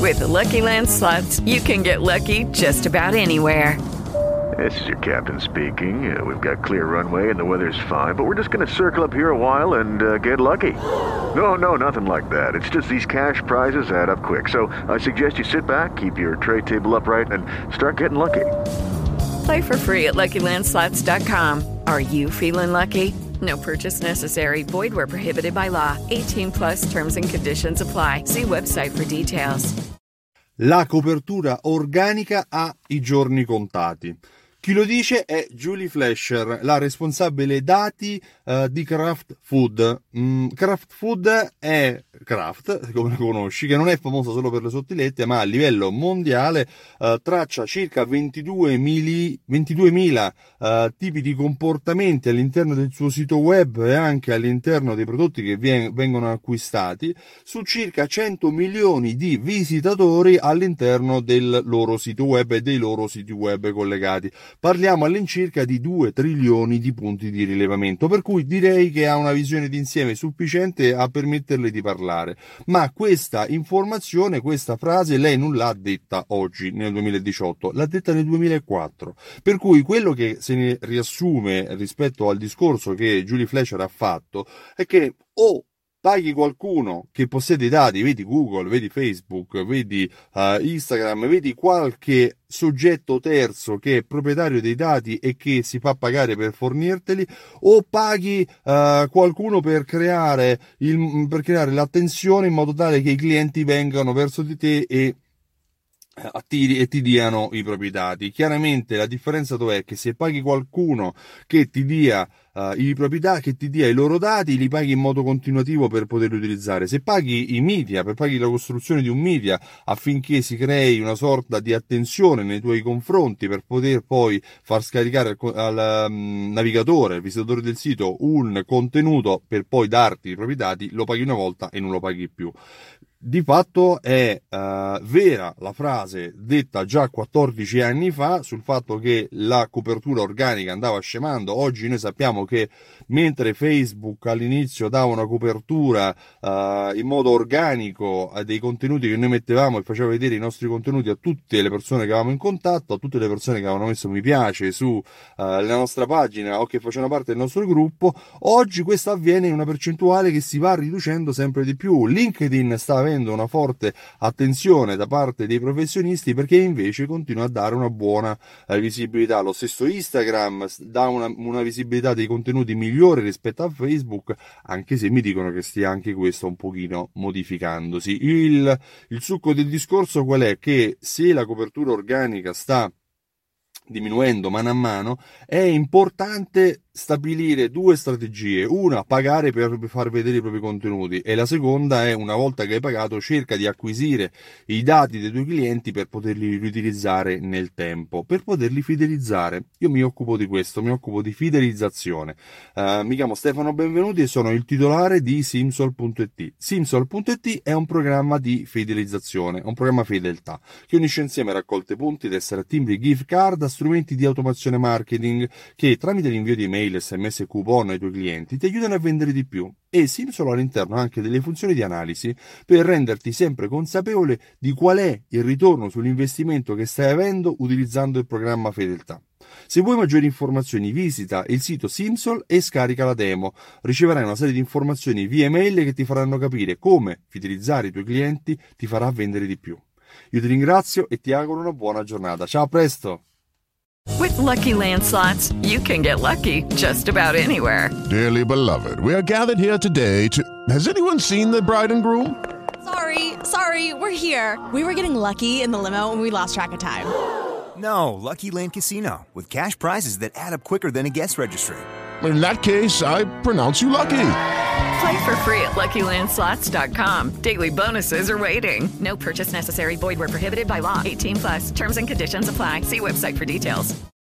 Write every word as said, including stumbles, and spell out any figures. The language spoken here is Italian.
With Lucky Land Slots, you can get lucky just about anywhere. This is your captain speaking. Uh, we've got clear runway and the weather's fine, but we're just going to circle up here a while and uh, get lucky. No, no, nothing like that. It's just these cash prizes add up quick. So I suggest you sit back, keep your tray table upright, and start getting lucky. Play for free at Lucky Land Slots dot com. Are you feeling lucky? No purchase necessary. Void where prohibited by law. eighteen plus terms and conditions apply. See website for details. La copertura organica ha i giorni contati. Chi lo dice è Julie Flesher, la responsabile dati uh, di Kraft Food. Mm, Kraft Food è Kraft, come lo conosci, che non è famosa solo per le sottilette, ma a livello mondiale uh, traccia circa ventiduemila uh, tipi di comportamenti all'interno del suo sito web e anche all'interno dei prodotti che vien- vengono acquistati, su circa cento milioni di visitatori all'interno del loro sito web e dei loro siti web collegati. Parliamo all'incirca di due trilioni di punti di rilevamento, per cui direi che ha una visione d'insieme sufficiente a permetterle di parlare. Ma questa informazione, questa frase, lei non l'ha detta oggi nel duemiladiciotto, l'ha detta nel duemilaquattro. Per cui quello che se ne riassume rispetto al discorso che Julie Flesher ha fatto è che o paghi qualcuno che possiede i dati, vedi Google, vedi Facebook, vedi uh, Instagram, vedi qualche soggetto terzo che è proprietario dei dati e che si fa pagare per fornirteli, o paghi uh, qualcuno per creare, il, per creare l'attenzione in modo tale che i clienti vengano verso di te e Ti, e ti diano i propri dati. Chiaramente la differenza dov'è? Che se paghi qualcuno che ti dia uh, i propri dati, che ti dia i loro dati, li paghi in modo continuativo per poterli utilizzare. Se paghi i media, per paghi la costruzione di un media affinché si crei una sorta di attenzione nei tuoi confronti per poter poi far scaricare al, al um, navigatore, al visitatore del sito, un contenuto per poi darti i propri dati, lo paghi una volta e non lo paghi più. Di fatto è uh, vera la frase detta già quattordici anni fa sul fatto che la copertura organica andava scemando. Oggi noi sappiamo che mentre Facebook all'inizio dava una copertura uh, in modo organico a dei contenuti che noi mettevamo e faceva vedere i nostri contenuti a tutte le persone che avevamo in contatto, a tutte le persone che avevano messo mi piace su uh, la nostra pagina o che facevano parte del nostro gruppo, oggi questo avviene in una percentuale che si va riducendo sempre di più. LinkedIn sta avendo una forte attenzione da parte dei professionisti perché invece continua a dare una buona eh, visibilità. Lo stesso Instagram dà una, una visibilità dei contenuti migliore rispetto a Facebook, anche se mi dicono che stia anche questo un pochino modificandosi. Il, il succo del discorso qual è? Che se la copertura organica sta diminuendo mano a mano, è importante stabilire due strategie: una, pagare per far vedere i propri contenuti, e la seconda è, una volta che hai pagato, cerca di acquisire i dati dei tuoi clienti per poterli riutilizzare nel tempo, per poterli fidelizzare. Io mi occupo di questo, mi occupo di fidelizzazione. Uh, mi chiamo Stefano Benvenuti e sono il titolare di Simsol punto it. Simsol punto it è un programma di fidelizzazione, un programma fedeltà che unisce insieme raccolte punti, tessere timbri, gift card, strumenti di automazione marketing che tramite l'invio di email, sms e coupon ai tuoi clienti ti aiutano a vendere di più. E Simsol all'interno ha anche delle funzioni di analisi per renderti sempre consapevole di qual è il ritorno sull'investimento che stai avendo utilizzando il programma fedeltà. Se vuoi maggiori informazioni visita il sito Simsol e scarica la demo. Riceverai una serie di informazioni via email che ti faranno capire come fidelizzare i tuoi clienti ti farà vendere di più. Io ti ringrazio e ti auguro una buona giornata. Ciao, a presto! With Lucky Land Slots, you can get lucky just about anywhere. Dearly beloved, we are gathered here today to... Has anyone seen the bride and groom? Sorry, sorry, we're here. We were getting lucky in the limo and we lost track of time. No, Lucky Land Casino, with cash prizes that add up quicker than a guest registry. In that case, I pronounce you lucky. Play for free at Lucky Land Slots dot com. Daily bonuses are waiting. No purchase necessary. Void where prohibited by law. eighteen plus. Terms and conditions apply. See website for details.